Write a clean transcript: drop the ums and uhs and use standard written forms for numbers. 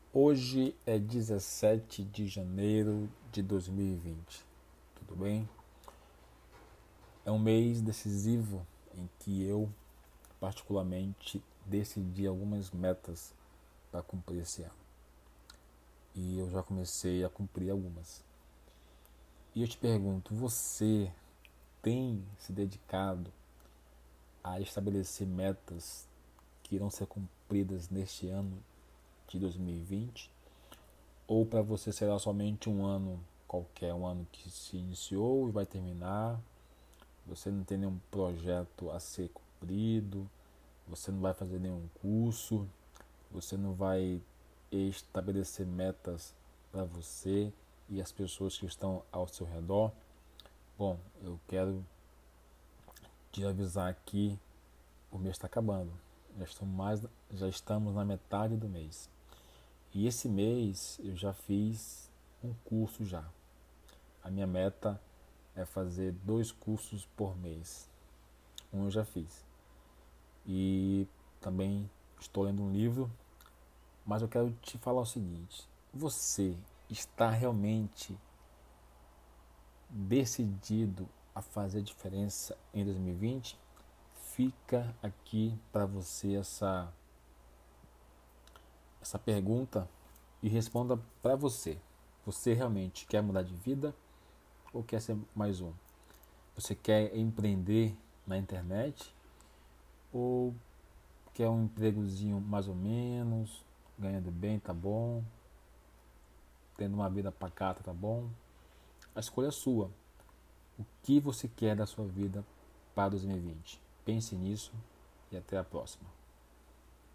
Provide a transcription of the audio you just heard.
Hoje é 17 de janeiro de 2020, tudo bem? É um mês decisivo em que eu, particularmente, decidi algumas metas para cumprir esse ano. E eu já comecei a cumprir algumas. E eu te pergunto, você tem se dedicado a estabelecer metas que irão ser cumpridas neste ano de 2020? Ou para você será somente um ano qualquer, um ano que se iniciou e vai terminar? Você não tem nenhum projeto a ser cumprido, você não vai fazer nenhum curso, você não vai estabelecer metas para você e as pessoas que estão ao seu redor. Bom, eu quero te avisar que o mês está acabando. Já estamos na metade do mês. E esse mês eu já fiz um curso já. A minha meta é fazer 2 cursos por mês. Um eu já fiz. E também estou lendo um livro, mas eu quero te falar o seguinte: você está realmente decidido a fazer a diferença em 2020? Fica aqui para você essa pergunta e responda para você. Você realmente quer mudar de vida ou quer ser mais um? Você quer empreender na internet ou quer um empregozinho mais ou menos, ganhando bem, tá bom, tendo uma vida pacata, tá bom? A escolha é sua. O que você quer da sua vida para 2020? Pense nisso e até a próxima.